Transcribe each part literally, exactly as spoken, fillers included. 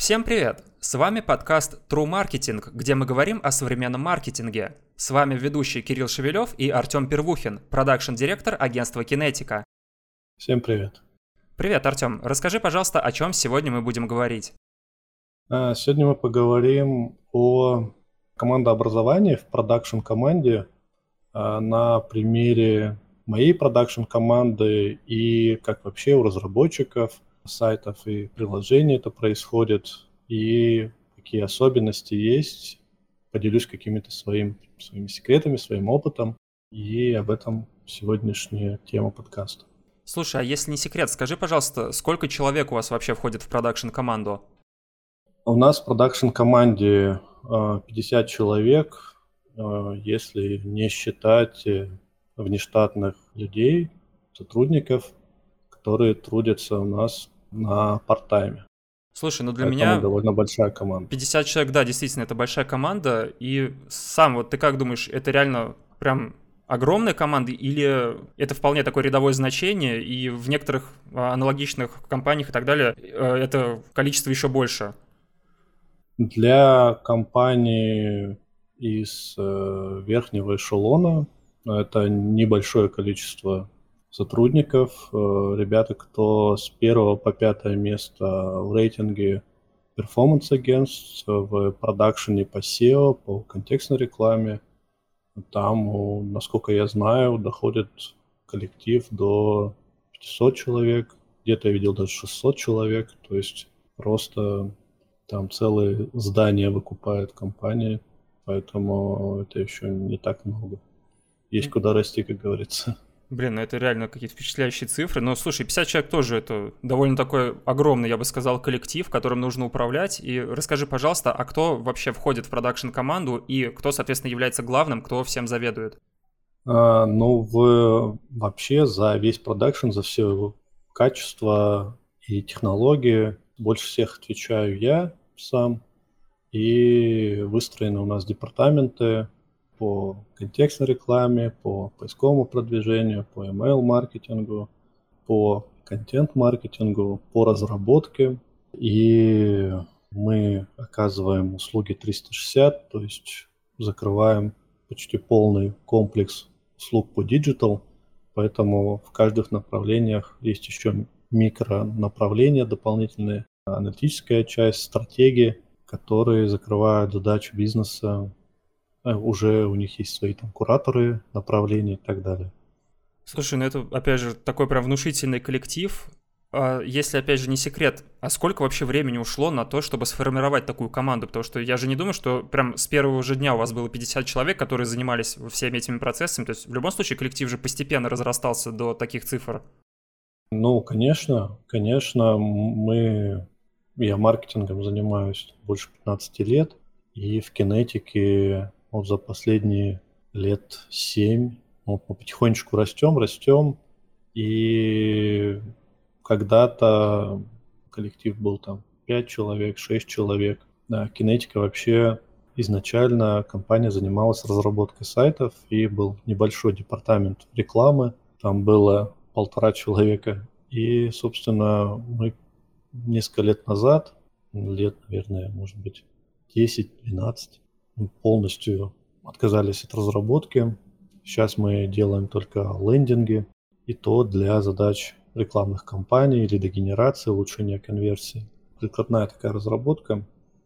Всем привет! С вами подкаст True Marketing, где мы говорим о современном маркетинге. С вами ведущий Кирилл Шевелев и Артем Первухин, продакшн-директор агентства Кинетика. Всем привет. Привет, Артем. Расскажи, пожалуйста, о чем сегодня мы будем говорить. Сегодня мы поговорим о командообразовании в продакшн-команде на примере моей продакшн-команды и как вообще у разработчиков сайтов и приложений это происходит, и какие особенности есть. Поделюсь какими-то своим, своими секретами, своим опытом, и об этом сегодняшняя тема подкаста. Слушай, а если не секрет, скажи, пожалуйста, сколько человек у вас вообще входит в продакшн-команду? У нас в продакшн-команде пятьдесят человек, если не считать внештатных людей, сотрудников, которые трудятся у нас на парт-тайме. Слушай, ну для Поэтому меня довольно большая команда. пятьдесят человек, да, действительно, это большая команда. И сам, вот ты как думаешь, это реально прям огромная команда или это вполне такое рядовое значение, и в некоторых аналогичных компаниях и так далее это количество еще больше? Для компании из э, верхнего эшелона это небольшое количество сотрудников, э, ребята, кто с первого по пятое место в рейтинге перформанс агентств, в продакшене по сео, по контекстной рекламе. Там, насколько я знаю, доходит коллектив до пятьсот человек, где-то я видел даже шестьсот человек, то есть просто там целые здания выкупают компании, поэтому это еще не так много. Есть куда расти, как говорится. Блин, ну это реально какие-то впечатляющие цифры. Но слушай, пятьдесят человек тоже это довольно такой огромный, я бы сказал, коллектив, которым нужно управлять. И расскажи, пожалуйста, а кто вообще входит в продакшн-команду и кто, соответственно, является главным, кто всем заведует? А, ну, в, вообще за весь продакшн, за все его качество и технологии больше всех отвечаю я сам. И выстроены у нас департаменты по контекстной рекламе, по поисковому продвижению, по email-маркетингу, по контент-маркетингу, по разработке. И мы оказываем услуги триста шестьдесят, то есть закрываем почти полный комплекс услуг по диджитал, поэтому в каждых направлениях есть еще микронаправления дополнительные, аналитическая часть, стратегии, которые закрывают задачу бизнеса. Уже у них есть свои там кураторы, направления и так далее. Слушай, ну это, опять же, такой прям внушительный коллектив. А если, опять же, не секрет, а сколько вообще времени ушло на то, чтобы сформировать такую команду? Потому что я же не думаю, что прям с первого же дня у вас было пятьдесят человек, которые занимались всеми этими процессами. То есть в любом случае коллектив же постепенно разрастался до таких цифр. Ну, конечно, конечно, мы... Я маркетингом занимаюсь больше пятнадцати лет, и в Кинетике вот за последние лет семь вот мы потихонечку растем, растем, и когда-то коллектив был там пять человек, шесть человек. Да, Кинетика вообще изначально компания занималась разработкой сайтов, и был небольшой департамент рекламы, там было полтора человека, и, собственно, мы несколько лет назад, лет, наверное, может быть, десять-двенадцать, мы полностью отказались от разработки. Сейчас мы делаем только лендинги, и то для задач рекламных кампаний или для генерации, улучшения конверсии. Прикладная такая разработка.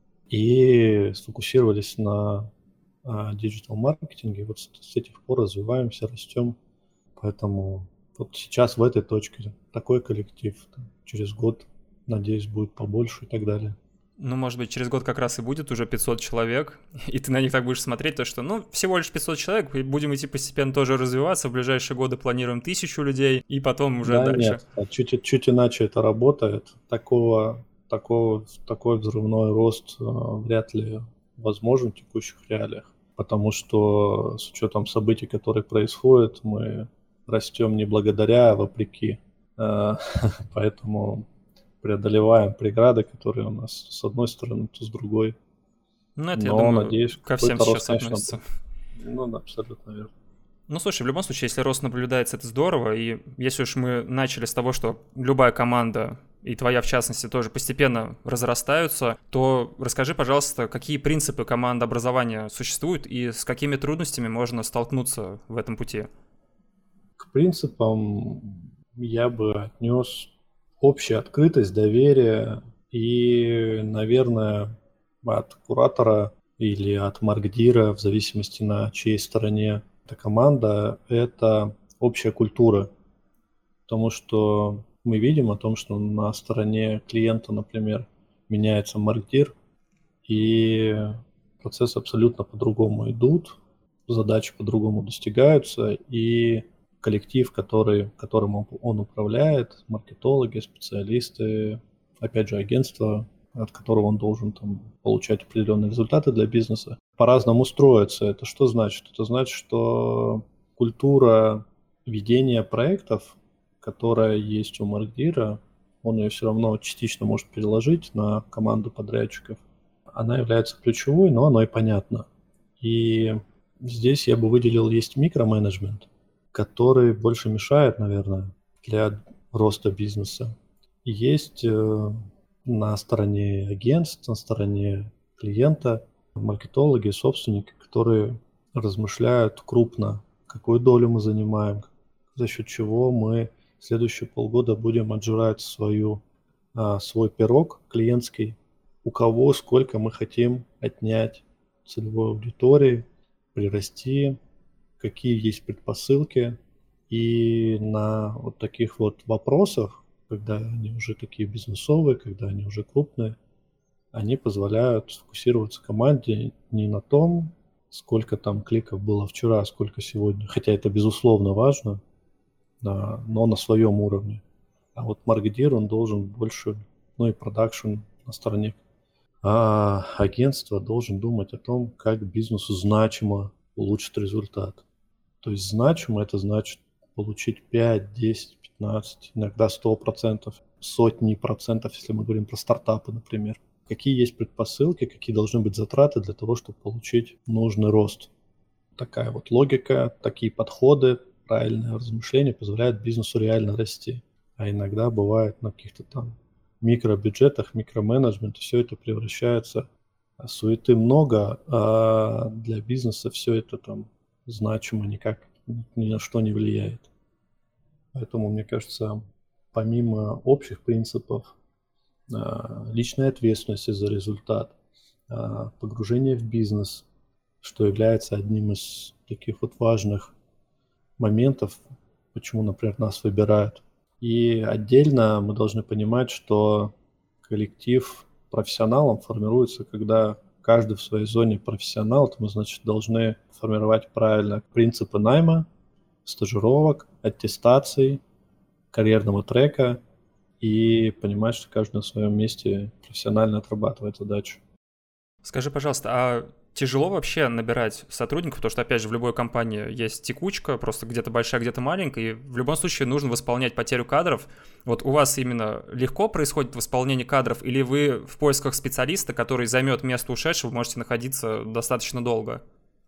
И сфокусировались на диджитал-маркетинге. Вот с, с этих пор развиваемся, растем. Поэтому вот сейчас в этой точке такой коллектив. Через год, надеюсь, будет побольше и так далее. Ну, может быть, через год как раз и будет уже пятьсот человек, и ты на них так будешь смотреть, то что, ну, всего лишь пятьсот человек, и будем идти постепенно тоже развиваться, в ближайшие годы планируем тысячу людей, и потом уже да, дальше. Нет, чуть, чуть иначе это работает. Такого, такого, такой взрывной рост э, вряд ли возможен в текущих реалиях, потому что с учетом событий, которые происходят, мы растем не благодаря, а вопреки. Э, поэтому... преодолеваем преграды, которые у нас с одной стороны, то с другой. Ну, это, Но, я думаю, надеюсь, ко всем какой-то сейчас рост, относится. Конечно, ну да, абсолютно верно. Ну, слушай, в любом случае, если рост наблюдается, это здорово, и если уж мы начали с того, что любая команда и твоя, в частности, тоже постепенно разрастаются, то расскажи, пожалуйста, какие принципы командообразования существуют и с какими трудностями можно столкнуться в этом пути? К принципам я бы отнес общую открытость, доверие и, наверное, от куратора или от маркдира, в зависимости на чьей стороне эта команда, это общая культура. Потому что мы видим о том, что на стороне клиента, например, меняется маркдир, и процессы абсолютно по-другому идут, задачи по-другому достигаются, и коллектив, который, которым он управляет, маркетологи, специалисты, опять же, агентство, от которого он должен там получать определенные результаты для бизнеса, по-разному строится. Это что значит? Это значит, что культура ведения проектов, которая есть у маркдира, он ее все равно частично может переложить на команду подрядчиков. Она является ключевой, но оно и понятно. И здесь я бы выделил, есть микроменеджмент, который больше мешает, наверное, для роста бизнеса. И есть э, на стороне агентств, на стороне клиента маркетологи, собственники, которые размышляют крупно, какую долю мы занимаем, за счет чего мы в следующие полгода будем отжирать свою, а, свой пирог клиентский, у кого сколько мы хотим отнять целевой аудитории, прирасти, какие есть предпосылки. И на вот таких вот вопросах, когда они уже такие бизнесовые, когда они уже крупные, они позволяют сфокусироваться команде не на том, сколько там кликов было вчера, сколько сегодня, хотя это безусловно важно, да, но на своем уровне. А вот маркетир, он должен больше, ну и продакшн на стороне. А агентство должен думать о том, как бизнесу значимо улучшить результат. То есть значимо это значит получить пять, десять, пятнадцать, иногда сто процентов, сотни процентов, если мы говорим про стартапы, например. Какие есть предпосылки, какие должны быть затраты для того, чтобы получить нужный рост. Такая вот логика, такие подходы, правильное размышление позволяет бизнесу реально расти. А иногда бывает на каких-то там микробюджетах, микроменеджмент, все это превращается, суеты много, а для бизнеса все это там значимо никак ни на что не влияет. Поэтому, мне кажется, помимо общих принципов, личной ответственности за результат, погружение в бизнес, что является одним из таких вот важных моментов, почему, например, нас выбирают. И отдельно мы должны понимать, что коллектив профессионалов формируется, когда каждый в своей зоне профессионал, то мы, значит, должны формировать правильно принципы найма, стажировок, аттестаций, карьерного трека и понимать, что каждый на своем месте профессионально отрабатывает задачу. Скажи, пожалуйста, а тяжело вообще набирать сотрудников, потому что, опять же, в любой компании есть текучка, просто где-то большая, где-то маленькая, и в любом случае нужно восполнять потерю кадров. Вот у вас именно легко происходит восполнение кадров, или вы в поисках специалиста, который займет место ушедшего, можете находиться достаточно долго?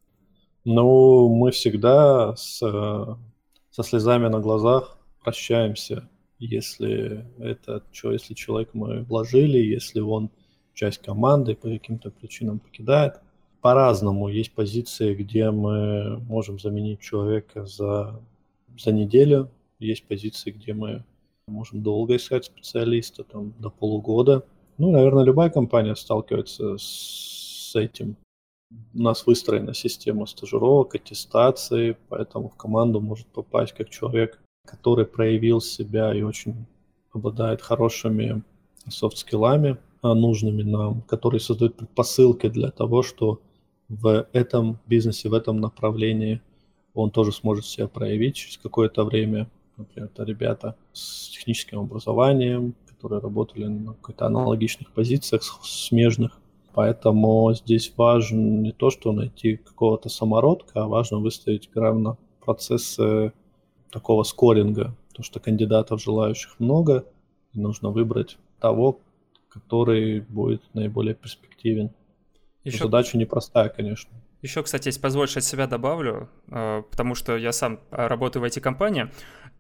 Ну, мы всегда с, со слезами на глазах прощаемся, если это, что, если человек мы вложили, если он часть команды по каким-то причинам покидает. По-разному. Есть позиции, где мы можем заменить человека за, за неделю. Есть позиции, где мы можем долго искать специалиста, там, до полугода. Ну, наверное, любая компания сталкивается с этим. У нас выстроена система стажировок, аттестации, поэтому в команду может попасть как человек, который проявил себя и очень обладает хорошими софт-скиллами, нужными нам, которые создают предпосылки для того, что в этом бизнесе, в этом направлении он тоже сможет себя проявить через какое-то время. Например, это ребята с техническим образованием, которые работали на каких-то аналогичных позициях, смежных. Поэтому здесь важно не то, что найти какого-то самородка, а важно выставить грамотно процессы такого скоринга, потому что кандидатов желающих много, и нужно выбрать того, который будет наиболее перспективен. Еще... Задача непростая, конечно. Еще, кстати, если позволишь, от себя добавлю, потому что я сам работаю в ай ти-компании,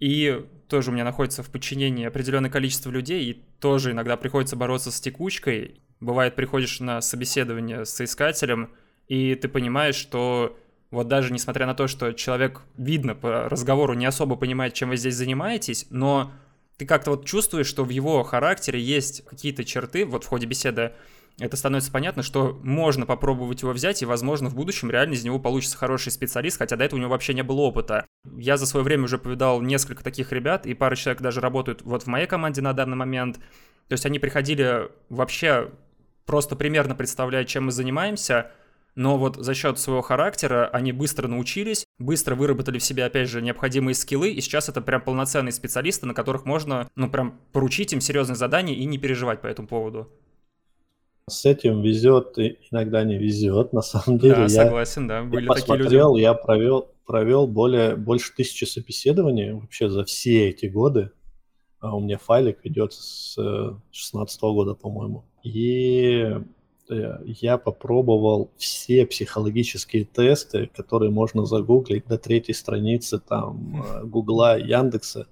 и тоже у меня находится в подчинении определенное количество людей, и тоже иногда приходится бороться с текучкой. Бывает, приходишь на собеседование с соискателем, и ты понимаешь, что вот даже несмотря на то, что человек, видно по разговору, не особо понимает, чем вы здесь занимаетесь, но ты как-то вот чувствуешь, что в его характере есть какие-то черты, вот в ходе беседы это становится понятно, что можно попробовать его взять, и, возможно, в будущем реально из него получится хороший специалист, хотя до этого у него вообще не было опыта. Я за свое время уже повидал несколько таких ребят, и пара человек даже работают вот в моей команде на данный момент. То есть они приходили вообще просто примерно представляя, чем мы занимаемся, но вот за счет своего характера они быстро научились, быстро выработали в себе, опять же, необходимые скиллы, и сейчас это прям полноценные специалисты, на которых можно, ну, прям поручить им серьезные задания и не переживать по этому поводу. С этим везет и иногда не везет. На самом деле, Да, я, согласен, да, я были такие люди. посмотрел, я провел, провел более, больше тысячи собеседований вообще за все эти годы. А у меня файлик идет с шестнадцатого года, по-моему. И э, я попробовал все психологические тесты, которые можно загуглить до третьей страницы там э, Гугла, Яндекса.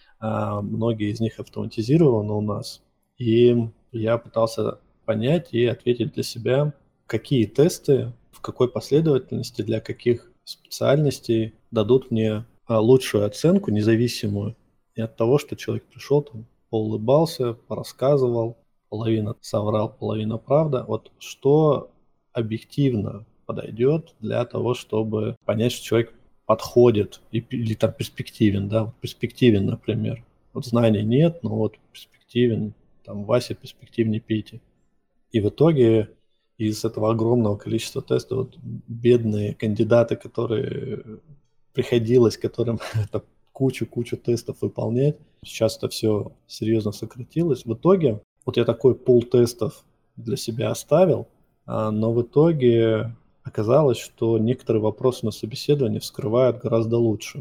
А, многие из них автоматизированы у нас. И я пытался понять и ответить для себя, какие тесты, в какой последовательности, для каких специальностей дадут мне а, лучшую оценку, независимую, и от того, что человек пришел, там, поулыбался, порассказывал, половина соврал, половина правда. Вот что объективно подойдет для того, чтобы понять, что человек подходит и, или там перспективен, да, вот перспективен, например. Вот знаний нет, но вот перспективен, там, Вася перспективнее Пети. И в итоге из этого огромного количества тестов вот, бедные кандидаты, которые приходилось, которым кучу-кучу тестов выполнять, сейчас это все серьезно сократилось. В итоге вот я такой пул тестов для себя оставил, но в итоге оказалось, что некоторые вопросы на собеседовании вскрывают гораздо лучше.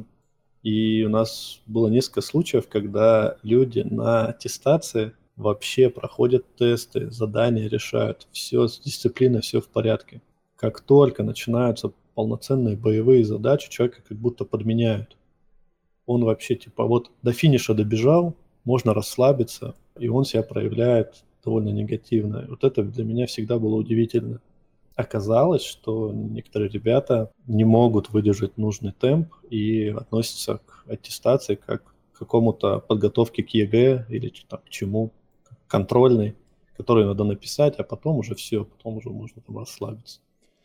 И у нас было несколько случаев, когда люди на аттестации вообще проходят тесты, задания решают, все с дисциплиной, все в порядке. Как только начинаются полноценные боевые задачи, человека как будто подменяют. Он вообще типа вот до финиша добежал, можно расслабиться, и он себя проявляет довольно негативно. Вот это для меня всегда было удивительно. Оказалось, что некоторые ребята не могут выдержать нужный темп и относятся к аттестации как к какому-то подготовке к ЕГЭ или там, к чему, контрольной, которую надо написать, а потом уже все, потом уже можно там расслабиться.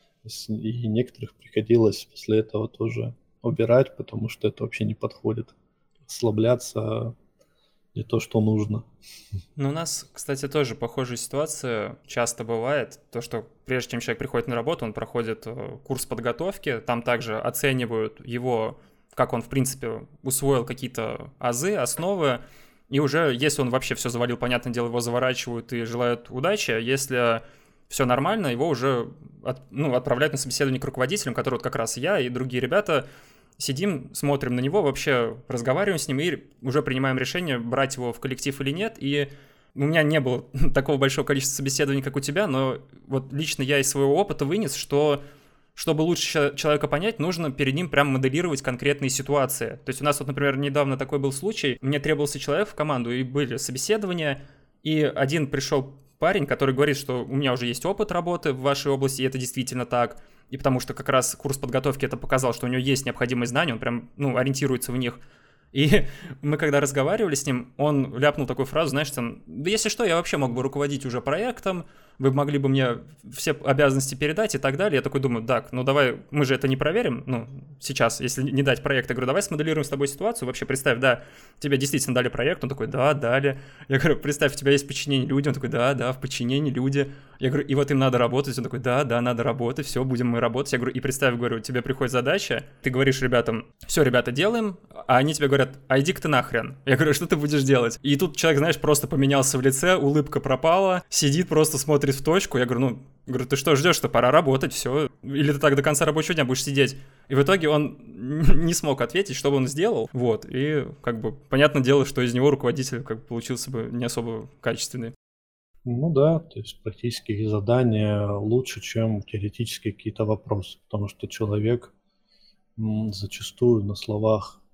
И некоторых приходилось после этого тоже убирать, потому что это вообще не подходит. Расслабляться не то, что нужно. Ну, у нас, кстати, тоже похожая ситуация часто бывает. То, что прежде чем человек приходит на работу, он проходит курс подготовки, там также оценивают его, как он, в принципе, усвоил какие-то азы, основы, и уже, если он вообще все завалил, понятное дело, его заворачивают и желают удачи. Если все нормально, его уже от, ну, отправляют на собеседование к руководителям, которые вот как раз я и другие ребята сидим, смотрим на него, вообще разговариваем с ним и уже принимаем решение, брать его в коллектив или нет. И у меня не было такого большого количества собеседований, как у тебя, но вот лично я из своего опыта вынес, что чтобы лучше человека понять, нужно перед ним прям моделировать конкретные ситуации. То есть у нас вот, например, недавно такой был случай, мне требовался человек в команду, и были собеседования, и один пришел парень, который говорит, что у меня уже есть опыт работы в вашей области, и это действительно так, и потому что как раз курс подготовки это показал, что у него есть необходимые знания, он прям, ну, ориентируется в них. И мы когда разговаривали с ним, он ляпнул такую фразу, знаешь, там, да если что, я вообще мог бы руководить уже проектом, вы могли бы мне все обязанности передать и так далее. Я такой думаю, так, ну давай, мы же это не проверим, ну, сейчас, если не дать проект. Я говорю, давай смоделируем с тобой ситуацию, вообще представь, да, тебе действительно дали проект, он такой, да, дали. Я говорю, представь, у тебя есть подчинение люди, он такой, да, да, в подчинении люди. Я говорю, и вот им надо работать, он такой, да, да, надо работать, все, будем мы работать. Я говорю, и представь, говорю, тебе приходит задача, ты говоришь ребятам, все, ребята, делаем, а они тебе говорят, а иди-ка ты нахрен. Я говорю, что ты будешь делать? И тут человек, знаешь, просто поменялся в лице, улыбка пропала, сидит, просто смотрит в точку. Я говорю, ну, говорю, ты что ждешь, что пора работать, все. Или ты так до конца рабочего дня будешь сидеть? И в итоге он не смог ответить, что бы он сделал. Вот, и как бы понятное дело, что из него руководитель как бы получился бы не особо качественный. Ну да, то есть практические задания лучше, чем теоретические какие-то вопросы, потому что человек м, зачастую на словах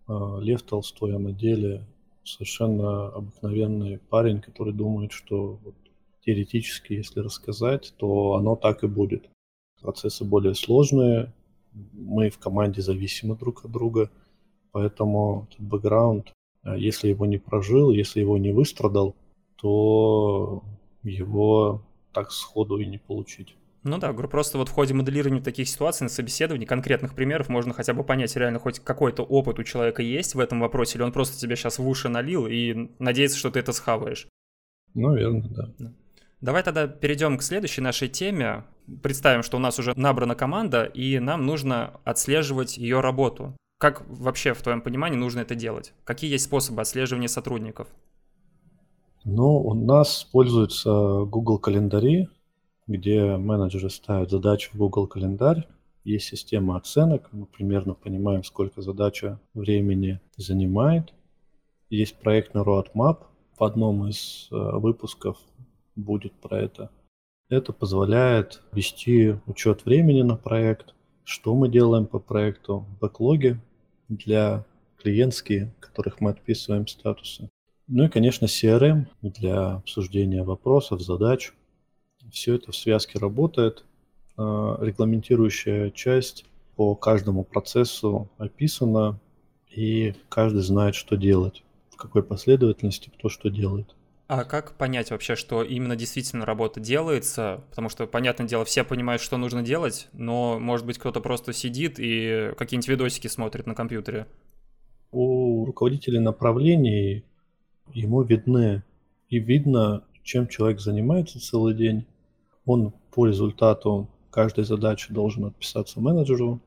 Лев Толстой, а на деле совершенно обыкновенный парень, который думает, что вот, теоретически, если рассказать, то оно так и будет. Процессы более сложные, мы в команде зависимы друг от друга, поэтому этот бэкграунд, если его не прожил, если его не выстрадал, то его так сходу и не получить. Ну да, говорю, просто вот в ходе моделирования таких ситуаций на собеседовании, конкретных примеров, можно хотя бы понять, реально хоть какой-то опыт у человека есть в этом вопросе, или он просто тебе сейчас в уши налил и надеется, что ты это схаваешь. Ну, верно, да. да. Давай тогда перейдем к следующей нашей теме. Представим, что у нас уже набрана команда, и нам нужно отслеживать ее работу. Как вообще, в твоем понимании, нужно это делать? Какие есть способы отслеживания сотрудников? Ну, у нас используются Google календари, где менеджеры ставят задачи в Google календарь. Есть система оценок, мы примерно понимаем, сколько задача времени занимает. Есть проектный roadmap, в одном из выпусков будет про это. Это позволяет вести учет времени на проект, что мы делаем по проекту, бэклоги для клиентские, которых мы отписываем статусы. Ну и, конечно, си ар эм для обсуждения вопросов, задач. Все это в связке работает. Регламентирующая часть по каждому процессу описана, и каждый знает, что делать, в какой последовательности кто что делает. А как понять вообще, что именно действительно работа делается? Потому что, понятное дело, все понимают, что нужно делать, но, может быть, кто-то просто сидит и какие-нибудь видосики смотрит на компьютере. У руководителей направлений ему видны, и видно, чем человек занимается целый день. Он по результату каждой задачи должен отписаться менеджеру.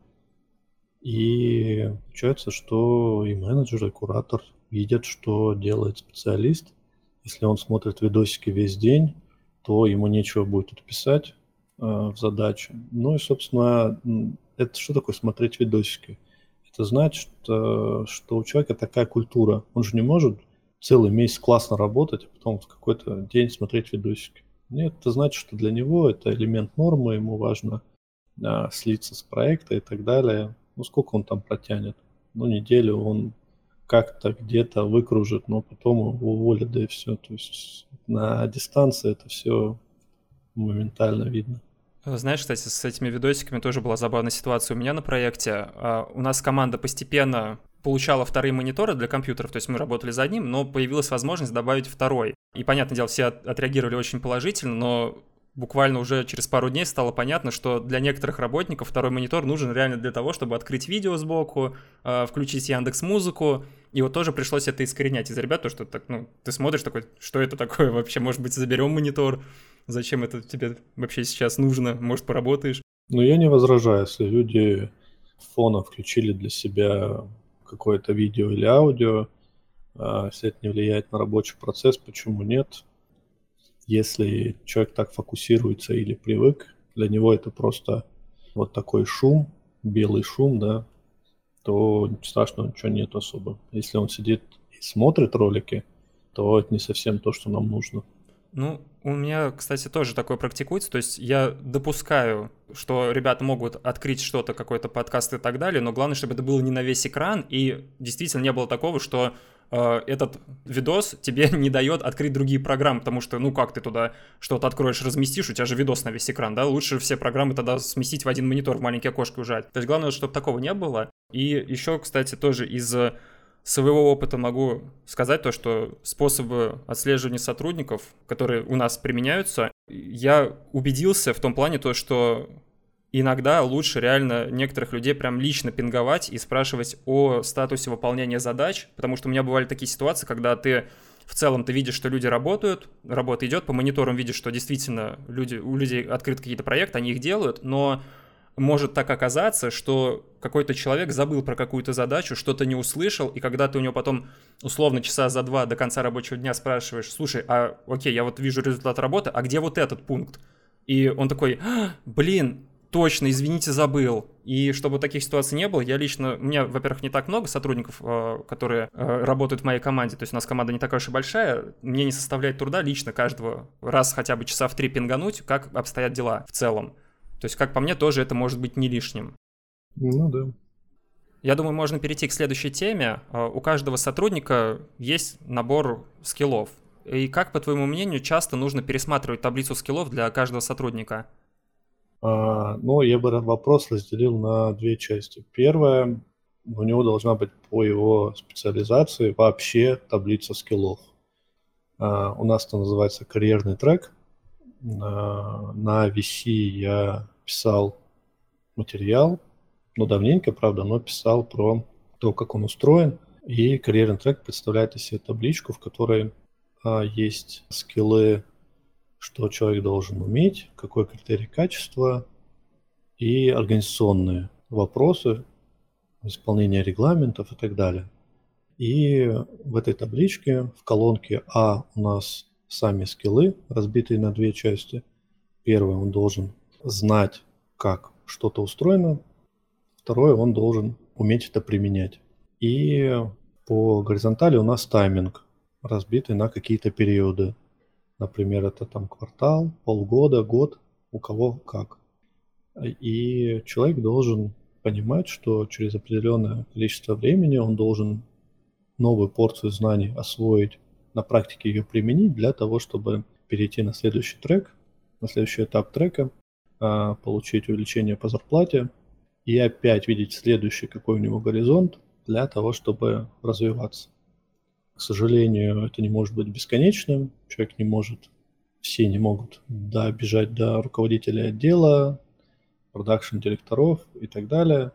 И получается, что и менеджер, и куратор видят, что делает специалист. Если он смотрит видосики весь день, то ему нечего будет отписать э, в задачу. Ну и, собственно, это что такое смотреть видосики? Это значит, что, что у человека такая культура. Он же не может целый месяц классно работать, а потом в какой-то день смотреть видосики. Нет, это значит, что для него это элемент нормы, ему важно а, слиться с проекта и так далее. Ну, сколько он там протянет? Ну, неделю он как-то где-то выкружит, но потом его уволят, да и все. То есть на дистанции это все моментально видно. Знаешь, кстати, с этими видосиками тоже была забавная ситуация у меня на проекте. У нас команда постепенно получала вторые мониторы для компьютеров, то есть мы работали за одним, но появилась возможность добавить второй. И, понятное дело, все отреагировали очень положительно, но буквально уже через пару дней стало понятно, что для некоторых работников второй монитор нужен реально для того, чтобы открыть видео сбоку, включить Яндекс.Музыку, и вот тоже пришлось это искоренять из-за ребят, то, что так, ну, ты смотришь такой, что это такое вообще, может быть, заберем монитор, зачем это тебе вообще сейчас нужно, может, поработаешь? Ну, я не возражаю, если люди фоном включили для себя какое-то видео или аудио, если это не влияет на рабочий процесс, почему нет? Если человек так фокусируется или привык, для него это просто вот такой шум, белый шум, да, то страшного ничего нет особо. Если он сидит и смотрит ролики, то это не совсем то, что нам нужно. Ну, у меня, кстати, тоже такое практикуется, то есть я допускаю, что ребята могут открыть что-то, какой-то подкаст и так далее, но главное, чтобы это было не на весь экран, и действительно не было такого, что э, этот видос тебе не дает открыть другие программы, потому что, ну как ты туда что-то откроешь, разместишь, у тебя же видос на весь экран, да, лучше все программы тогда сместить в один монитор, в маленькое окошко ужать. То есть главное, чтобы такого не было. И еще, кстати, тоже из своего опыта могу сказать то, что способы отслеживания сотрудников, которые у нас применяются, я убедился в том плане то, что иногда лучше реально некоторых людей прям лично пинговать и спрашивать о статусе выполнения задач, потому что у меня бывали такие ситуации, когда ты в целом ты видишь, что люди работают, работа идет, по мониторам видишь, что действительно люди, у людей открыты какие-то проекты, они их делают, но может так оказаться, что какой-то человек забыл про какую-то задачу, что-то не услышал, и когда ты у него потом условно часа за два до конца рабочего дня спрашиваешь: слушай, а окей, я вот вижу результат работы, а где вот этот пункт? И он такой: а, блин, точно, извините, забыл. И чтобы таких ситуаций не было, я лично, у меня, во-первых, не так много сотрудников, которые работают в моей команде, то есть у нас команда не такая уж и большая, мне не составляет труда лично каждого раз хотя бы часа в три пингануть, как обстоят дела в целом. То есть, как по мне, тоже это может быть не лишним. Ну да. Я думаю, можно перейти к следующей теме. А, У каждого сотрудника есть набор скиллов. И как, по твоему мнению, часто нужно пересматривать таблицу скиллов для каждого сотрудника? А, ну, я бы этот вопрос разделил на две части. Первое, у него должна быть по его специализации вообще таблица скиллов. А, у нас это называется карьерный трек. На, на ви си я писал материал, ну, давненько, правда, но писал про то, как он устроен. И карьерный трек представляет из себя табличку, в которой а, есть скиллы, что человек должен уметь, какой критерий качества и организационные вопросы, исполнение регламентов и так далее. И в этой табличке в колонке А у нас сами скиллы, разбитые на две части. Первое, он должен знать, как что-то устроено. Второе, он должен уметь это применять. И по горизонтали у нас тайминг, разбитый на какие-то периоды. Например, это там квартал, полгода, год, у кого как. И человек должен понимать, что через определенное количество времени он должен новую порцию знаний освоить, на практике ее применить для того, чтобы перейти на следующий трек, на следующий этап трека, а, получить увеличение по зарплате и опять видеть следующий какой у него горизонт для того, чтобы развиваться. К сожалению, это не может быть бесконечным. Человек не может, все не могут добежать до руководителя отдела, продакшн-директоров и так далее.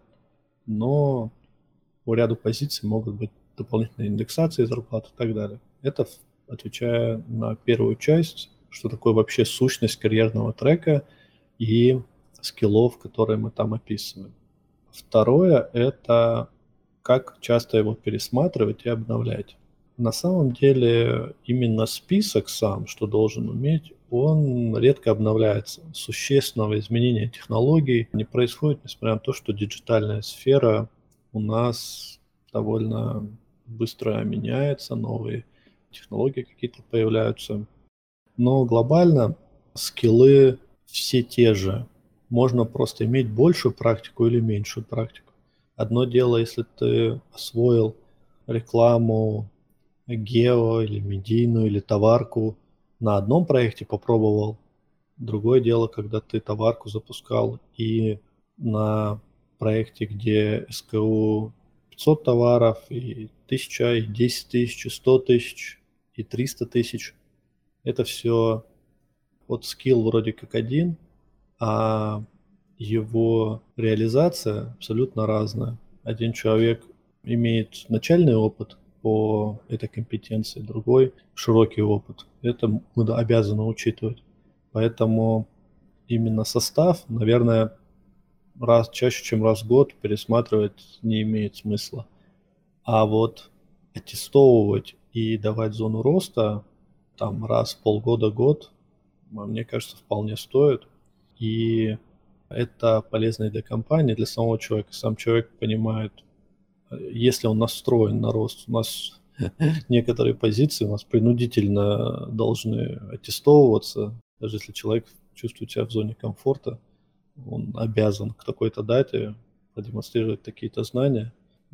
Но по ряду позиций могут быть дополнительные индексации зарплат и так далее. Это отвечая на первую часть, что такое вообще сущность карьерного трека и скиллов, которые мы там описываем. Второе – это как часто его пересматривать и обновлять. На самом деле именно список сам, что должен уметь, он редко обновляется. Существенного изменения технологий не происходит, несмотря на то, что диджитальная сфера у нас довольно быстро меняется, новые технологии какие-то появляются. Но глобально скиллы все те же. Можно просто иметь большую практику или меньшую практику. Одно дело, если ты освоил рекламу, гео или медийную, или товарку на одном проекте попробовал. Другое дело, когда ты товарку запускал и на проекте, где эс ка у пятьсот товаров, и тысяча, и десять тысяч, и сто тысяч, и триста тысяч. Это все вот скилл вроде как один, а его реализация абсолютно разная. Один человек имеет начальный опыт по этой компетенции, другой широкий опыт. Это мы обязаны учитывать. Поэтому именно состав, наверное, раз чаще, чем раз в год пересматривать не имеет смысла. А вот аттестовывать и давать зону роста там раз в полгода-год, мне кажется, вполне стоит. И это полезно и для компании, и для самого человека. Сам человек понимает, если он настроен на рост. У нас некоторые позиции у нас принудительно должны аттестовываться. Даже если человек чувствует себя в зоне комфорта, он обязан к такой-то дате продемонстрировать такие-то знания.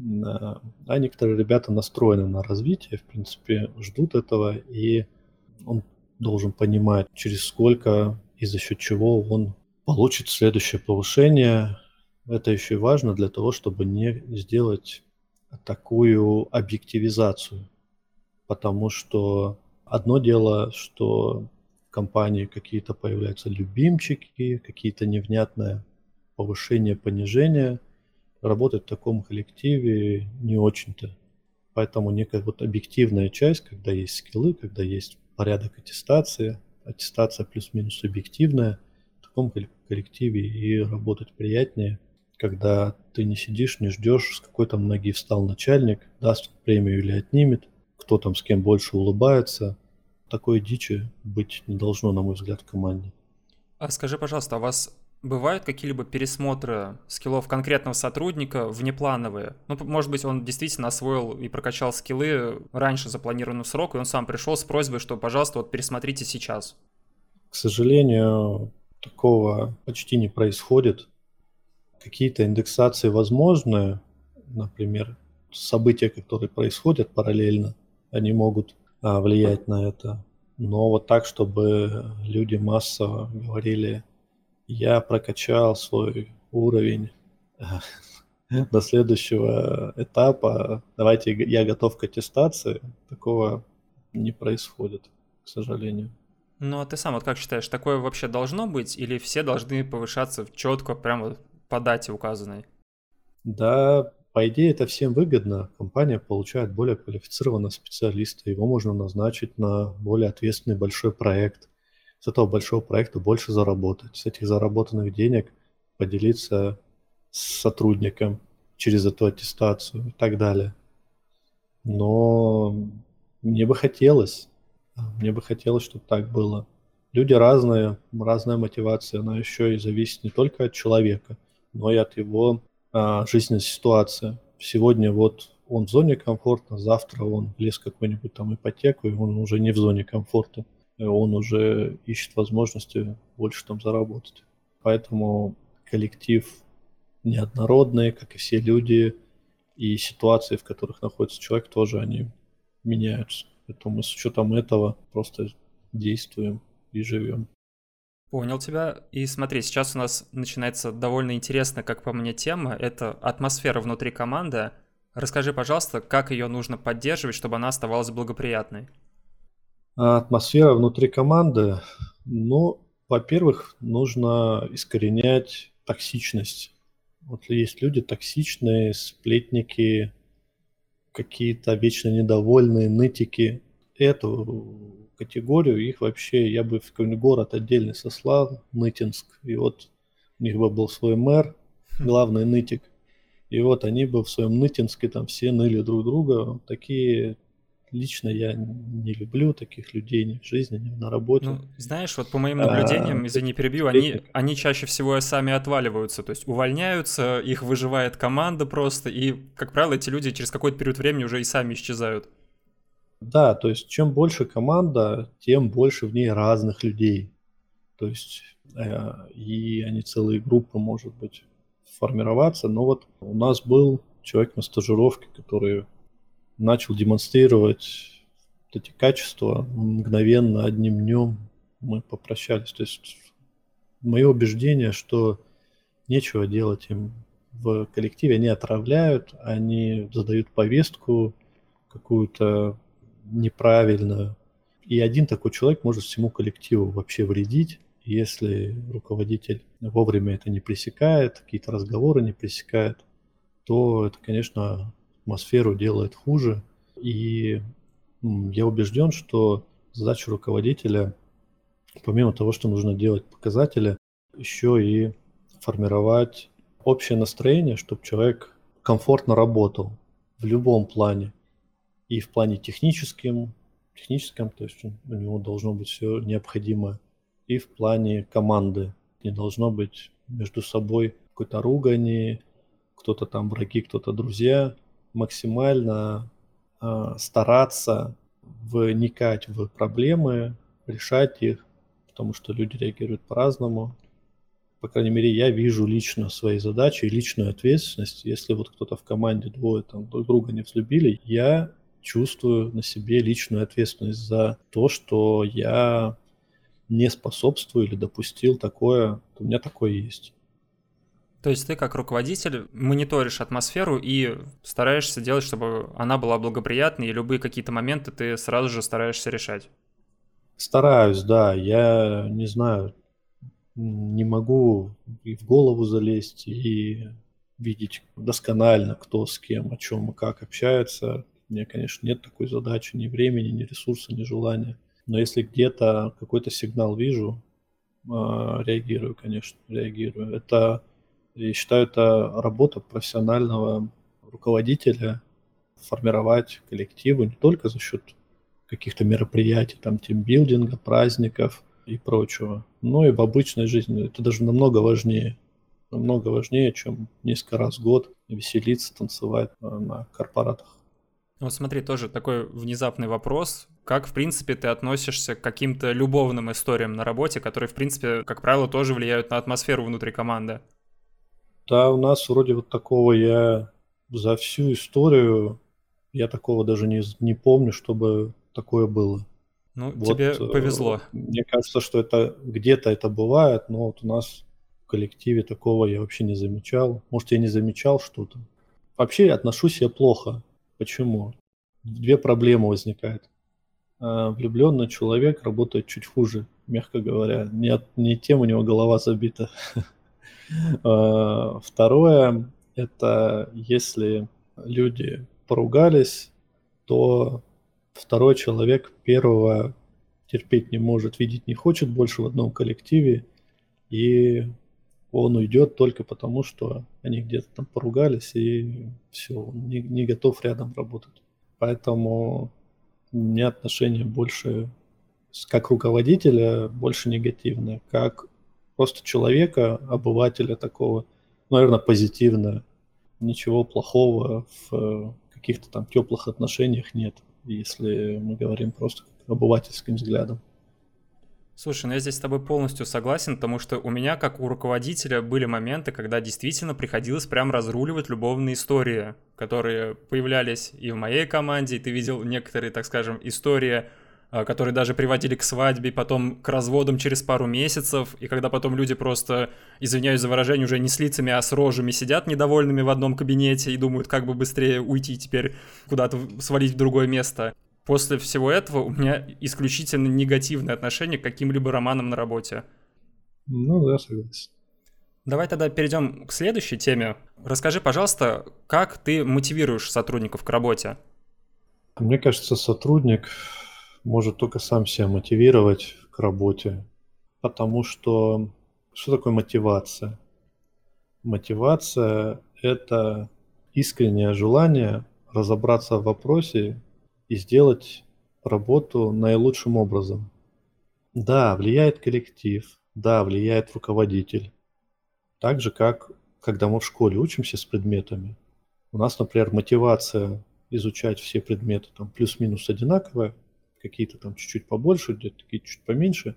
А некоторые ребята настроены на развитие, в принципе, ждут этого, и он должен понимать, через сколько и за счет чего он получит следующее повышение. Это еще и важно для того, чтобы не сделать такую объективизацию. Потому что одно дело, что в компании какие-то появляются любимчики, какие-то невнятные повышения, понижения. Работать в таком коллективе не очень-то. Поэтому некая вот объективная часть, когда есть скиллы, когда есть порядок аттестации, аттестация плюс-минус объективная, в таком коллективе и работать приятнее, когда ты не сидишь, не ждешь, с какой там ноги встал начальник, даст премию или отнимет, кто там с кем больше улыбается. Такой дичи быть не должно, на мой взгляд, в команде. А скажи, пожалуйста, а у вас бывают какие-либо пересмотры скиллов конкретного сотрудника внеплановые? Ну, может быть, он действительно освоил и прокачал скиллы раньше запланированного срока, и он сам пришел с просьбой, что, пожалуйста, вот пересмотрите сейчас. К сожалению, такого почти не происходит. Какие-то индексации возможны, например, события, которые происходят параллельно, они могут а, влиять на это. Но вот так, чтобы люди массово говорили: я прокачал свой уровень до следующего этапа, давайте, я готов к аттестации, такого не происходит, к сожалению. Ну, а ты сам вот как считаешь, такое вообще должно быть, или все должны повышаться четко прямо по дате указанной? Да, по идее, это всем выгодно. Компания получает более квалифицированного специалиста, его можно назначить на более ответственный большой проект. С этого большого проекта больше заработать. С этих заработанных денег поделиться с сотрудником через эту аттестацию и так далее. Но мне бы хотелось, мне бы хотелось, чтобы так было. Люди разные, разная мотивация, она еще и зависит не только от человека, но и от его а, жизненной ситуации. Сегодня вот он в зоне комфорта, завтра он влез в какую-нибудь там ипотеку, и он уже не в зоне комфорта, и он уже ищет возможности больше там заработать. Поэтому коллектив неоднородный, как и все люди, и ситуации, в которых находится человек, тоже они меняются. Поэтому мы с учетом этого просто действуем и живем. Понял тебя. И смотри, сейчас у нас начинается довольно интересная, как по мне, тема. Это атмосфера внутри команды. Расскажи, пожалуйста, как ее нужно поддерживать, чтобы она оставалась благоприятной? А атмосфера внутри команды, ну, во-первых, нужно искоренять токсичность. Вот есть люди токсичные, сплетники, какие-то вечно недовольные, нытики. Эту категорию их вообще, я бы в какой-нибудь город отдельный сослал, Нытинск, и вот у них бы был свой мэр, главный нытик, и вот они бы в своем Нытинске там все ныли друг друга. Такие лично я не люблю таких людей ни в жизни, ни на работе. Ну, знаешь, вот по моим А, наблюдениям, извини, перебью, они, сплетник. они чаще всего и сами отваливаются, то есть увольняются, их выживает команда просто, и, как правило, эти люди через какой-то период времени уже и сами исчезают. Да, то есть чем больше команда, тем больше в ней разных людей. То есть э, и они целые группы, может быть, формироваться. Но вот у нас был человек на стажировке, который начал демонстрировать вот эти качества мгновенно, одним днем мы попрощались. То есть мое убеждение, что нечего делать им в коллективе. Они отравляют, они задают повестку какую-то неправильную. И один такой человек может всему коллективу вообще вредить, если руководитель вовремя это не пресекает, какие-то разговоры не пресекает, то это, конечно, атмосферу делает хуже. И я убежден, что задача руководителя, помимо того, что нужно делать показатели, еще и формировать общее настроение, чтобы человек комфортно работал в любом плане. И в плане техническом, техническом, то есть у него должно быть все необходимое, и в плане команды. Не должно быть между собой какой-то ругани, кто-то там враги, кто-то друзья. Максимально э, стараться вникать в проблемы, решать их, потому что люди реагируют по-разному. По крайней мере, я вижу лично свои задачи и личную ответственность. Если вот кто-то в команде, двое там друг друга не взлюбили, я чувствую на себе личную ответственность за то, что я не способствую или допустил такое, у меня такое есть. То есть ты как руководитель мониторишь атмосферу и стараешься делать, чтобы она была благоприятной, и любые какие-то моменты ты сразу же стараешься решать. Стараюсь, да, я не знаю, не могу и в голову залезть, и видеть досконально, кто с кем, о чем и как общается. У меня, конечно, нет такой задачи, ни времени, ни ресурса, ни желания. Но если где-то какой-то сигнал вижу, реагирую, конечно, реагирую. Это, я считаю, это работа профессионального руководителя формировать коллективы не только за счет каких-то мероприятий, там, тимбилдинга, праздников и прочего, но и в обычной жизни. Это даже намного важнее. Намного важнее, чем несколько раз в год веселиться, танцевать на корпоратах. Вот смотри, тоже такой внезапный вопрос. Как, в принципе, ты относишься к каким-то любовным историям на работе, которые, в принципе, как правило, тоже влияют на атмосферу внутри команды? Да, у нас вроде вот такого я за всю историю я такого даже не, з- не помню, чтобы такое было. Ну, тебе Вот э, повезло. мне кажется, что это где-то это бывает, но вот у нас в коллективе такого я вообще не замечал. Может, я не замечал что-то. Вообще я отношусь я плохо. Почему? Две проблемы возникают. А, влюбленный человек работает чуть хуже, мягко говоря. Не, от- не тем у него голова забита. А, Второе, это если люди поругались, то второй человек первого терпеть не может, видеть не хочет больше в одном коллективе, и он уйдет только потому, что они где-то там поругались, и все, он не, не готов рядом работать. Поэтому у меня отношение больше с- как руководителя больше негативное, как просто человека, обывателя такого, наверное, позитивное. Ничего плохого в э, каких-то там теплых отношениях нет, если мы говорим просто как обывательским взглядом. Слушай, ну я здесь с тобой полностью согласен, потому что у меня, как у руководителя, были моменты, когда действительно приходилось прям разруливать любовные истории, которые появлялись и в моей команде, и ты видел некоторые, так скажем, истории, а, которые даже приводили к свадьбе, потом к разводам через пару месяцев, и когда потом люди просто, извиняюсь за выражение, уже не с лицами, а с рожами сидят недовольными в одном кабинете и думают, как бы быстрее уйти теперь куда-то свалить в другое место. После всего этого у меня исключительно негативное отношение к каким-либо романам на работе. Ну да, согласен. Давай тогда перейдем к следующей теме. Расскажи, пожалуйста, как ты мотивируешь сотрудников к работе? Мне кажется, сотрудник может только сам себя мотивировать к работе, потому что что такое мотивация? Мотивация– это искреннее желание разобраться в вопросе и сделать работу наилучшим образом. Да, влияет коллектив, да, влияет руководитель. Так же, как когда мы в школе учимся с предметами. У нас, например, мотивация изучать все предметы там плюс-минус одинаковая, какие-то там чуть-чуть побольше, где-то какие-то чуть поменьше,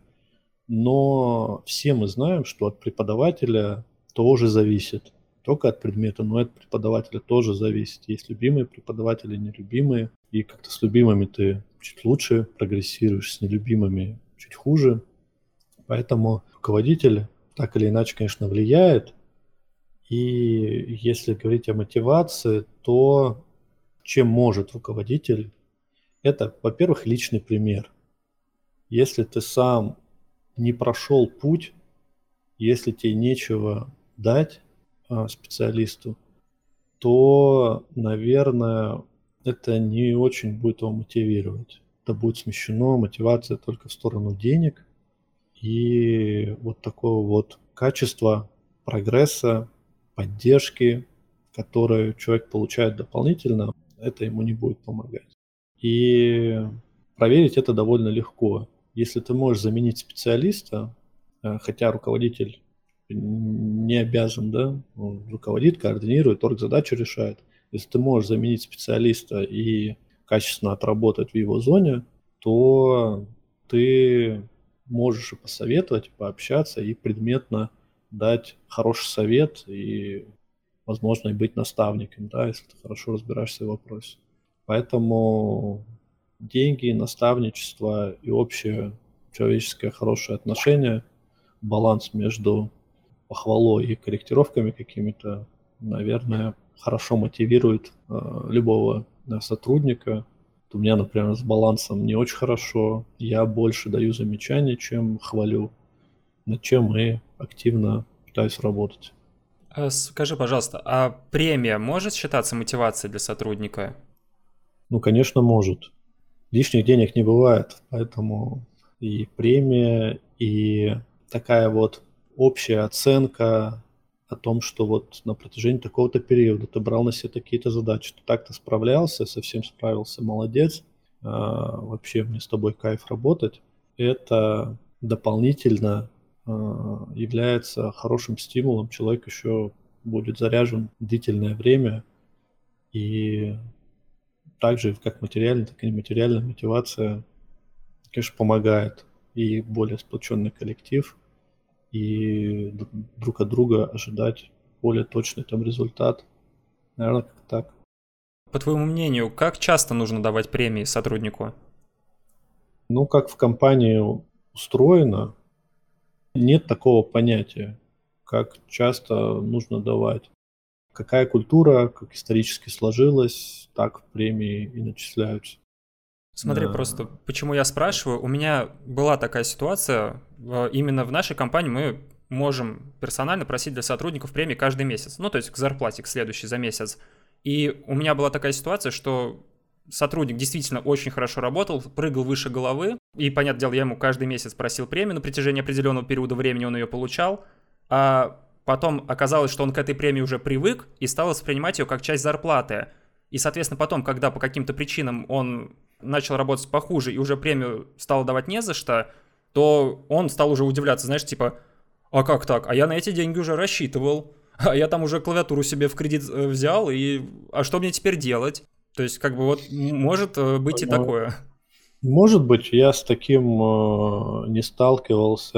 но все мы знаем, что от преподавателя тоже зависит. Только от предмета, но и от преподавателя тоже зависит. Есть любимые преподаватели, нелюбимые. И как-то с любимыми ты чуть лучше прогрессируешь, с нелюбимыми чуть хуже. Поэтому руководитель так или иначе, конечно, влияет. И если говорить о мотивации, то чем может руководитель? Это, во-первых, личный пример. Если ты сам не прошел путь, если тебе нечего дать а, специалисту, то, наверное, это не очень будет его мотивировать. Это будет смещено, мотивация только в сторону денег и вот такого вот качества, прогресса, поддержки, которую человек получает дополнительно, это ему не будет помогать. И проверить это довольно легко. Если ты можешь заменить специалиста, э, хотя руководитель не обязан, да, он руководит, координирует, оргзадачу решает. Если ты можешь заменить специалиста и качественно отработать в его зоне, то ты можешь и посоветовать, и пообщаться, и предметно дать хороший совет, и, возможно, и быть наставником, да, если ты хорошо разбираешься в вопросе. Поэтому деньги, наставничество и общее человеческое хорошее отношение, баланс между похвалой и корректировками какими-то, наверное, хорошо мотивирует э, любого э, сотрудника. У меня, например, с балансом не очень хорошо. Я больше даю замечаний, чем хвалю, над чем и активно пытаюсь работать. А скажи, пожалуйста, а премия может считаться мотивацией для сотрудника? Ну, конечно, может. Лишних денег не бывает, поэтому и премия, и такая вот общая оценка о том, что вот на протяжении такого-то периода ты брал на себя такие-то задачи, ты так-то справлялся, совсем справился, молодец, а, вообще мне с тобой кайф работать, это дополнительно а, является хорошим стимулом, человек еще будет заряжен длительное время, и также как материальная, так и нематериальная мотивация, конечно, помогает. И более сплоченный коллектив, и друг от друга ожидать более точный там результат. Наверное, так. По твоему мнению, как часто нужно давать премии сотруднику? Ну, как в компании устроено, нет такого понятия, как часто нужно давать. Какая культура, как исторически сложилась, так премии и начисляются. Смотри, Э, просто почему я спрашиваю, у меня была такая ситуация, э, именно в нашей компании мы можем персонально просить для сотрудников премии каждый месяц, ну то есть к зарплате, к следующей за месяц. И у меня была такая ситуация, что сотрудник действительно очень хорошо работал, прыгал выше головы, и, понятное дело, я ему каждый месяц просил премию на протяжении определенного периода времени, он ее получал, а потом оказалось, что он к этой премии уже привык и стал воспринимать ее как часть зарплаты. И, соответственно, потом, когда по каким-то причинам он начал работать похуже и уже премию стало давать не за что, то он стал уже удивляться, знаешь, типа, а как так? А я на эти деньги уже рассчитывал, а я там уже клавиатуру себе в кредит э, взял, и а что мне теперь делать? То есть, как бы вот м- может э, быть и э, такое. Может быть, я с таким э, не сталкивался,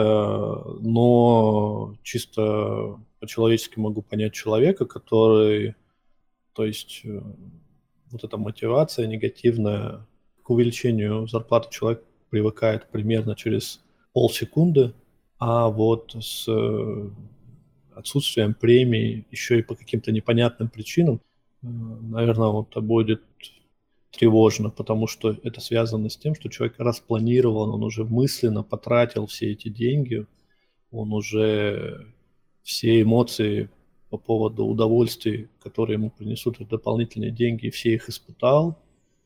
но чисто по-человечески могу понять человека, который, то есть э, вот эта мотивация негативная к увеличению зарплаты человек привыкает примерно через полсекунды, а вот с э, отсутствием премий еще и по каким-то непонятным причинам, наверное, вот это будет тревожно, потому что это связано с тем, что человек распланирован, он уже мысленно потратил все эти деньги, он уже все эмоции по поводу удовольствий, которые ему принесут эти дополнительные деньги, все их испытал,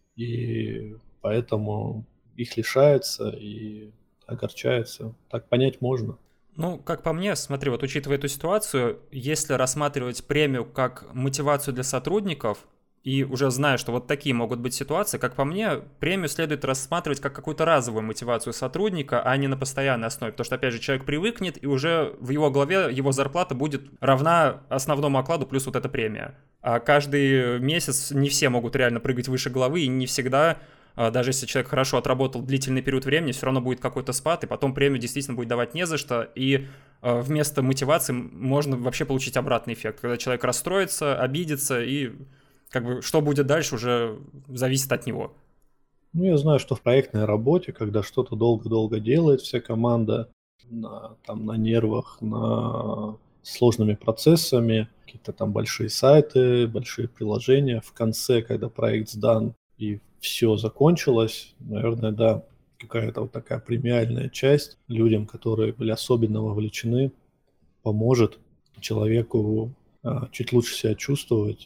и поэтому их лишается и огорчается. Так понять можно. Ну, как по мне, смотри, вот учитывая эту ситуацию, если рассматривать премию как мотивацию для сотрудников, и уже зная, что вот такие могут быть ситуации, как по мне, премию следует рассматривать как какую-то разовую мотивацию сотрудника, а не на постоянной основе. Потому что, опять же, человек привыкнет, и уже в его голове его зарплата будет равна основному окладу плюс вот эта премия. А каждый месяц не все могут реально прыгать выше головы, и не всегда, а, даже если человек хорошо отработал длительный период времени, все равно будет какой-то спад, и потом премию действительно будет давать не за что, и а, вместо мотивации можно вообще получить обратный эффект, когда человек расстроится, обидится, и как бы что будет дальше, уже зависит от него. Ну, я знаю, что в проектной работе, когда что-то долго-долго делает вся команда, на, там, на нервах, на сложными процессами, какие-то там большие сайты, большие приложения, в конце, когда проект сдан и все закончилось, наверное, да, какая-то вот такая премиальная часть людям, которые были особенно вовлечены, поможет человеку а, чуть лучше себя чувствовать,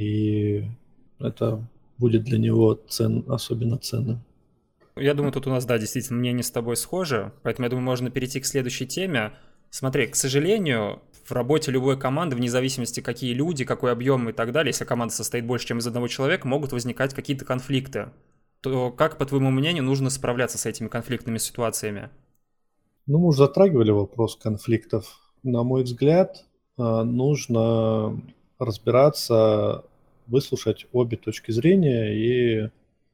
и это будет для него цен, особенно ценным. Я думаю, тут у нас, да, действительно, мнения с тобой схожи, поэтому я думаю, можно перейти к следующей теме. Смотри, к сожалению, в работе любой команды, вне зависимости, какие люди, какой объем и так далее, если команда состоит больше, чем из одного человека, могут возникать какие-то конфликты. То как, по твоему мнению, нужно справляться с этими конфликтными ситуациями? Ну, мы уже затрагивали вопрос конфликтов. На мой взгляд, а, нужно разбираться, выслушать обе точки зрения и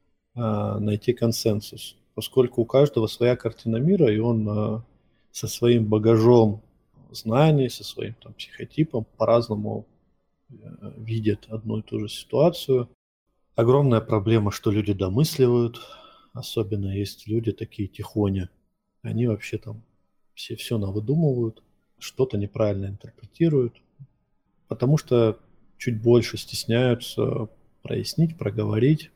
а, найти консенсус, поскольку у каждого своя картина мира, и он а, со своим багажом знаний, со своим там, психотипом по-разному э, видит одну и ту же ситуацию. Огромная проблема, что люди домысливают, особенно есть люди такие тихоня. Они вообще там все все навыдумывают, что-то неправильно интерпретируют, потому что чуть больше стесняются прояснить, проговорить.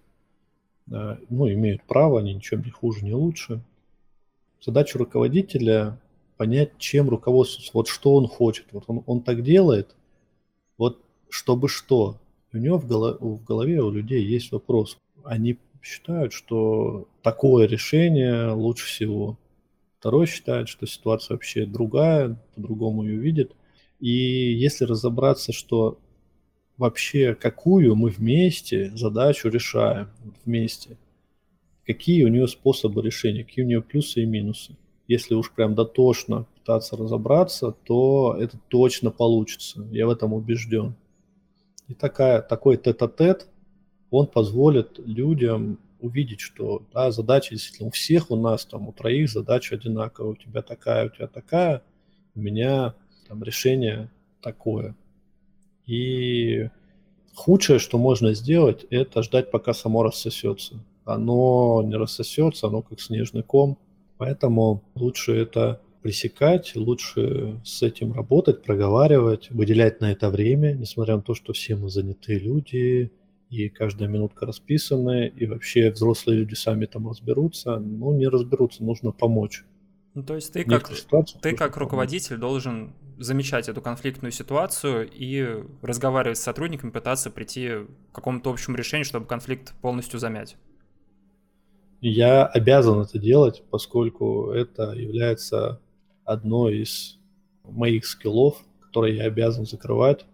Э, ну, имеют право, они ничем не хуже, не лучше. Задача руководителя понять, чем руководствуется, вот что он хочет. Вот он, он так делает, вот чтобы что. И у него в голо- в голове у людей есть вопрос. Они считают, что такое решение лучше всего. Второй считает, что ситуация вообще другая, по-другому ее видит. И если разобраться, что вообще какую мы вместе задачу решаем, вот вместе, какие у нее способы решения, какие у нее плюсы и минусы. Если уж прям дотошно пытаться разобраться, то это точно получится. Я в этом убежден. И такая, такой тет-а-тет, он позволит людям увидеть, что да, задача действительно у всех у нас, там, у троих задача одинаковая, у тебя такая, у тебя такая, у меня там решение такое. И Худшее, что можно сделать, это ждать, пока само рассосется. Оно не рассосется, оно как снежный ком. Поэтому лучше это пресекать, лучше с этим работать, проговаривать, выделять на это время, несмотря на то, что все мы занятые люди, и каждая минутка расписана, и вообще взрослые люди сами там разберутся. Ну, не разберутся, нужно помочь. Ну, то есть ты В как, некоторых ситуациях ты нужно как помочь. руководитель должен замечать эту конфликтную ситуацию и разговаривать с сотрудниками, пытаться прийти к какому-то общему решению, чтобы конфликт полностью замять. Я обязан это делать, поскольку это является одной из моих скиллов, которые я обязан закрывать.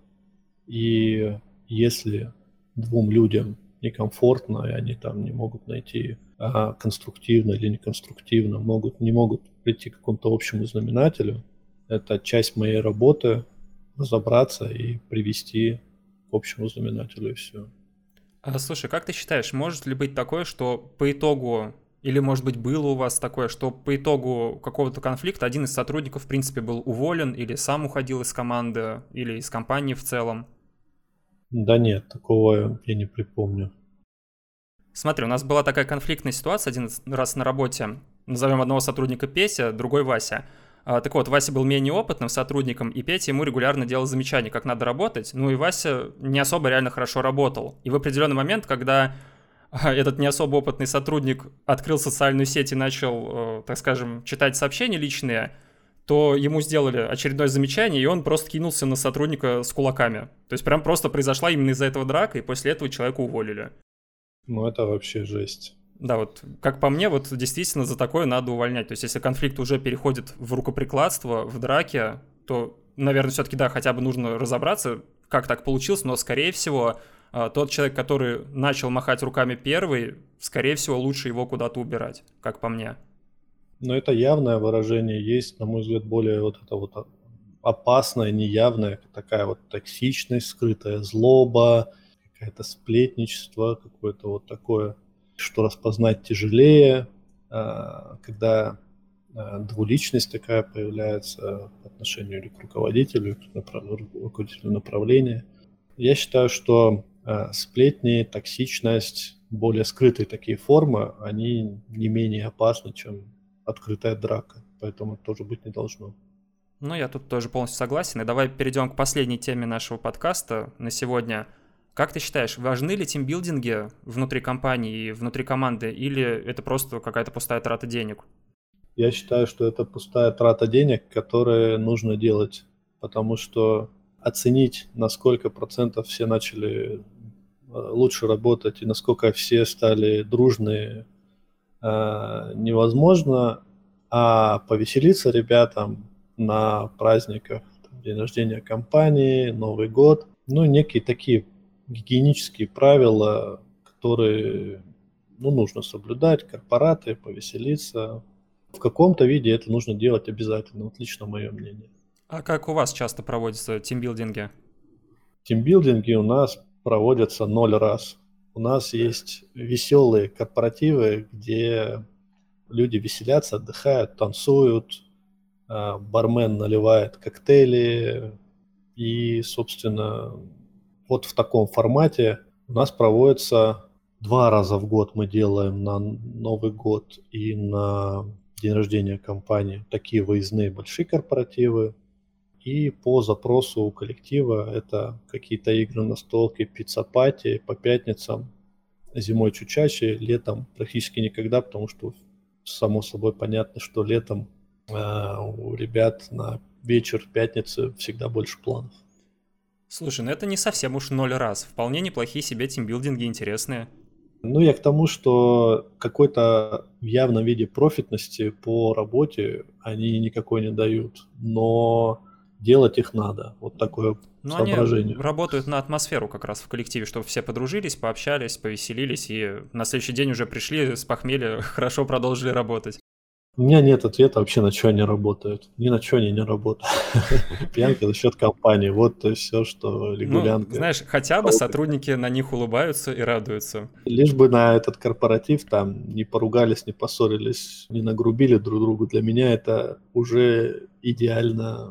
И если двум людям некомфортно, и они там не могут найти а, конструктивно или неконструктивно, могут, не могут прийти к какому-то общему знаменателю, это часть моей работы разобраться и привести к общему знаменателю, и все. А, слушай, как ты считаешь, может ли быть такое, что по итогу, или может быть было у вас такое, что по итогу какого-то конфликта один из сотрудников в принципе был уволен или сам уходил из команды, или из компании в целом? Да нет, такого я не припомню. Смотри, у нас была такая конфликтная ситуация один раз на работе. Назовем одного сотрудника Петя, другой Вася. А, так вот, Вася был менее опытным сотрудником, и Петя ему регулярно делал замечания, как надо работать. Ну и Вася не особо реально хорошо работал. И в определенный момент, когда а, этот не особо опытный сотрудник открыл социальную сеть и начал, э, так скажем, читать сообщения личные, то ему сделали очередное замечание, и он просто кинулся на сотрудника с кулаками. То есть прям просто произошла именно из-за этого драка, и после этого человека уволили. Ну это вообще жесть. Да, вот как по мне, вот действительно за такое надо увольнять. То есть если конфликт уже переходит в рукоприкладство, в драке, то, наверное, все-таки, да, хотя бы нужно разобраться, как так получилось, но, скорее всего, тот человек, который начал махать руками первый, скорее всего, лучше его куда-то убирать, как по мне. Но это явное выражение, есть, на мой взгляд, более вот это вот опасная, неявная, такая вот токсичность, скрытая злоба, какое-то сплетничество, какое-то вот такое, что распознать тяжелее, когда двуличность такая появляется по отношению или к руководителю, к руководителю направления. Я считаю, что сплетни, токсичность, более скрытые такие формы, они не менее опасны, чем открытая драка, поэтому это тоже быть не должно. Ну, я тут тоже полностью согласен. И давай перейдем к последней теме нашего подкаста на сегодня. Как ты считаешь, важны ли тимбилдинги внутри компании и внутри команды, или это просто какая-то пустая трата денег? Я считаю, что это пустая трата денег, которые нужно делать, потому что оценить, на сколько процентов все начали лучше работать и насколько все стали дружные, невозможно, а повеселиться ребятам на праздниках, там, день рождения компании, Новый год, ну, некие такие гигиенические правила, которые, ну, нужно соблюдать, корпораты, повеселиться. В каком-то виде это нужно делать обязательно, вот лично мое мнение. А как у вас часто проводятся тимбилдинги? Тимбилдинги у нас проводятся ноль раз. У нас есть веселые корпоративы, где люди веселятся, отдыхают, танцуют, бармен наливает коктейли, и, собственно, вот в таком формате у нас проводится два раза в год мы делаем на Новый год и на день рождения компании такие выездные большие корпоративы. И по запросу у коллектива это какие-то игры, настолки, пицца-пати по пятницам. Зимой чуть чаще, летом практически никогда, потому что само собой понятно, что летом э, у ребят на вечер пятницы всегда больше планов. Слушай, ну это не совсем уж ноль раз. Вполне неплохие себе тимбилдинги, интересные. Ну, я к тому, что какой-то в явном виде профитности по работе они никакой не дают, но делать их надо. Вот такое ну, соображение. Они работают на атмосферу как раз в коллективе, чтобы все подружились, пообщались, повеселились и на следующий день уже пришли с похмелья, хорошо продолжили работать. У меня нет ответа вообще, на что они работают. Ни на что они не работают. Пьянка за счет компании. Вот то есть все, что регулянка. Ну, знаешь, хотя бы сотрудники на них улыбаются и радуются. Лишь бы на этот корпоратив там не поругались, не поссорились, не нагрубили друг другу. Для меня это уже идеально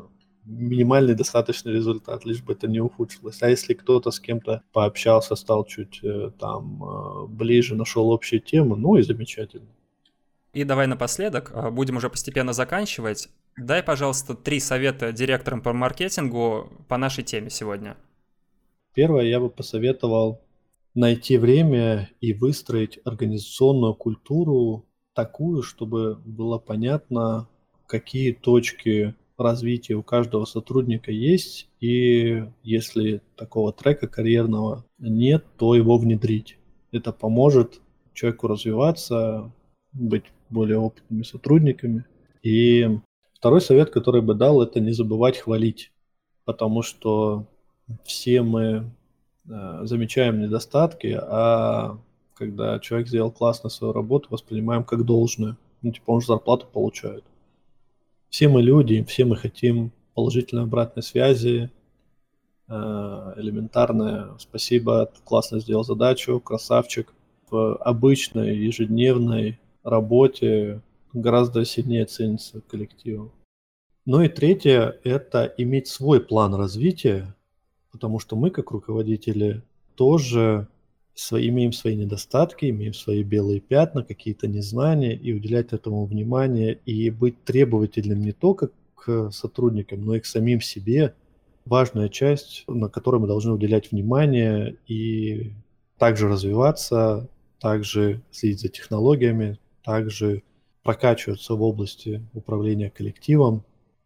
минимальный достаточный результат, лишь бы это не ухудшилось. А если кто-то с кем-то пообщался, стал чуть там ближе, нашел общие темы, ну и замечательно. И давай напоследок, будем уже постепенно заканчивать. Дай, пожалуйста, три совета директорам по маркетингу по нашей теме сегодня. Первое, я бы посоветовал найти время и выстроить организационную культуру такую, чтобы было понятно, какие точки развития у каждого сотрудника есть, и если такого трека карьерного нет, то его внедрить. Это поможет человеку развиваться, быть более опытными сотрудниками. И второй совет, который бы дал, это не забывать хвалить, потому что все мы э, замечаем недостатки, а когда человек сделал классно свою работу, воспринимаем как должное. Ну, типа он же зарплату получает. Все мы люди, все мы хотим положительной обратной связи, э, элементарное «спасибо, ты классно сделал задачу, красавчик». В обычной ежедневной работе гораздо сильнее ценится коллективом. Ну и третье – это иметь свой план развития, потому что мы, как руководители, тоже свои, имеем свои недостатки, имеем свои белые пятна, какие-то незнания, и уделять этому внимание, и быть требовательным не только к сотрудникам, но и к самим себе – важная часть, на которой мы должны уделять внимание и также развиваться, также следить за технологиями, также прокачиваться в области управления коллективом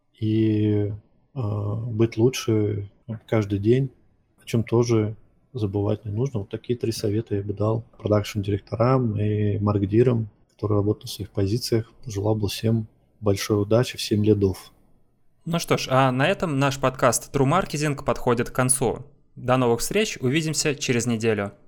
и э, быть лучше каждый день, о чем тоже забывать не нужно. Вот такие три совета я бы дал продакшн-директорам и маркдирам, которые работают на своих позициях. Пожелал бы всем большой удачи, всем лидов. Ну что ж, а на этом наш подкаст True Marketing подходит к концу. До новых встреч, увидимся через неделю.